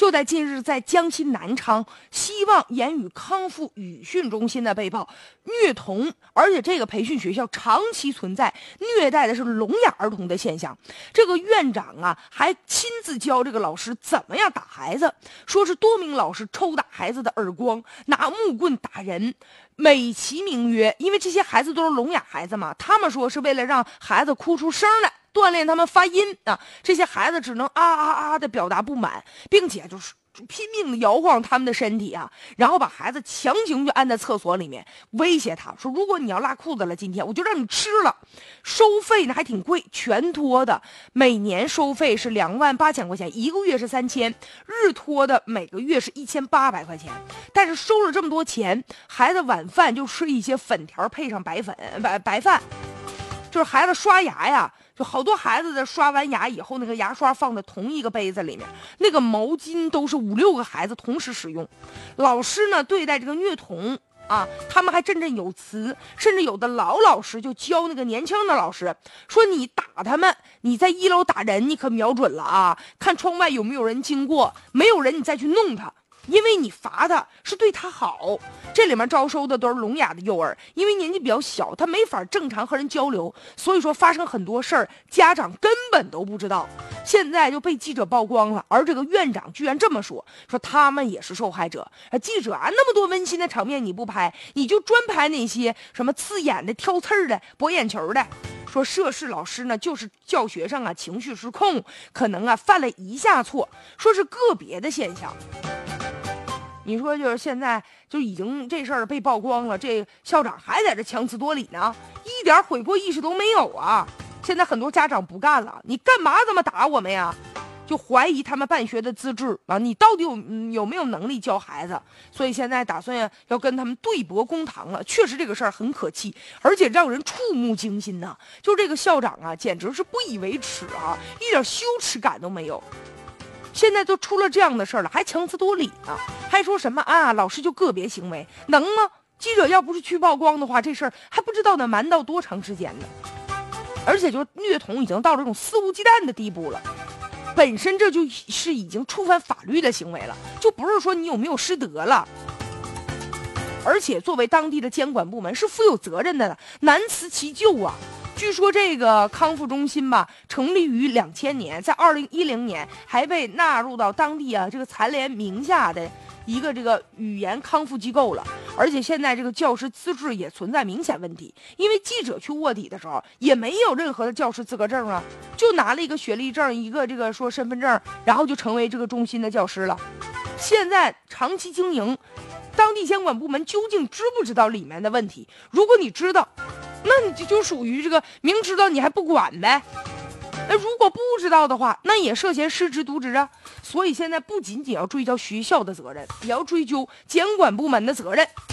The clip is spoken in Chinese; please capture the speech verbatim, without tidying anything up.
就在近日，在江西南昌希望言语康复语训中心的被曝虐童，而且这个培训学校长期存在虐待的是聋哑儿童的现象。这个院长啊，还亲自教这个老师怎么样打孩子，说是多名老师抽打孩子的耳光，拿木棍打人，美其名曰，因为这些孩子都是聋哑孩子嘛，他们说是为了让孩子哭出声来，锻炼他们发音啊。这些孩子只能啊啊啊的表达不满，并且就是拼命的摇晃他们的身体啊，然后把孩子强行就按在厕所里面，威胁他说，如果你要拉裤子了，今天我就让你吃了。收费呢还挺贵，全托的每年收费是两万八千块钱，一个月是三千，日托的每个月是一千八百块钱。但是收了这么多钱，孩子晚饭就吃一些粉条配上白粉白白饭，就是孩子刷牙呀，就好多孩子的刷完牙以后，那个牙刷放在同一个杯子里面，那个毛巾都是五六个孩子同时使用。老师呢对待这个虐童啊，他们还振振有词，甚至有的老老师就教那个年轻的老师说，你打他们，你在一楼打人，你可瞄准了啊，看窗外有没有人经过，没有人你再去弄他，因为你罚他是对他好。这里面招收的都是聋哑的幼儿，因为年纪比较小，他没法正常和人交流，所以说发生很多事儿家长根本都不知道，现在就被记者曝光了。而这个院长居然这么说，说他们也是受害者。记者啊，那么多温馨的场面你不拍，你就专拍那些什么刺眼的、挑刺儿的、博眼球的。说涉事老师呢，就是教学上啊情绪失控，可能啊犯了一下错，说是个别的现象。你说就是现在就已经这事儿被曝光了，这校长还在这强词夺理呢，一点悔过意识都没有啊！现在很多家长不干了，你干嘛这么打我们呀？就怀疑他们办学的资质啊，你到底有、嗯、有没有能力教孩子？所以现在打算要跟他们对簿公堂了。确实这个事儿很可气，而且让人触目惊心呐！就这个校长啊，简直是不以为耻啊，一点羞耻感都没有。现在都出了这样的事儿了，还强词夺理呢，还说什么啊老师就个别行为，能吗？记者要不是去曝光的话，这事儿还不知道能瞒到多长时间呢。而且就虐童已经到这种肆无忌惮的地步了，本身这就是已经触犯法律的行为了，就不是说你有没有师德了。而且作为当地的监管部门是负有责任的，难辞其咎啊。据说这个康复中心吧，成立于两千年，在二零一零年还被纳入到当地啊这个残联名下的一个这个语言康复机构了。而且现在这个教师资质也存在明显问题，因为记者去卧底的时候也没有任何的教师资格证啊，就拿了一个学历证，一个这个说身份证，然后就成为这个中心的教师了。现在长期经营，当地监管部门究竟知不知道里面的问题？如果你知道，那你就就属于这个明知道你还不管呗。那如果不知道的话，那也涉嫌失职渎职啊。所以现在不仅仅要追究学校的责任，也要追究监管部门的责任。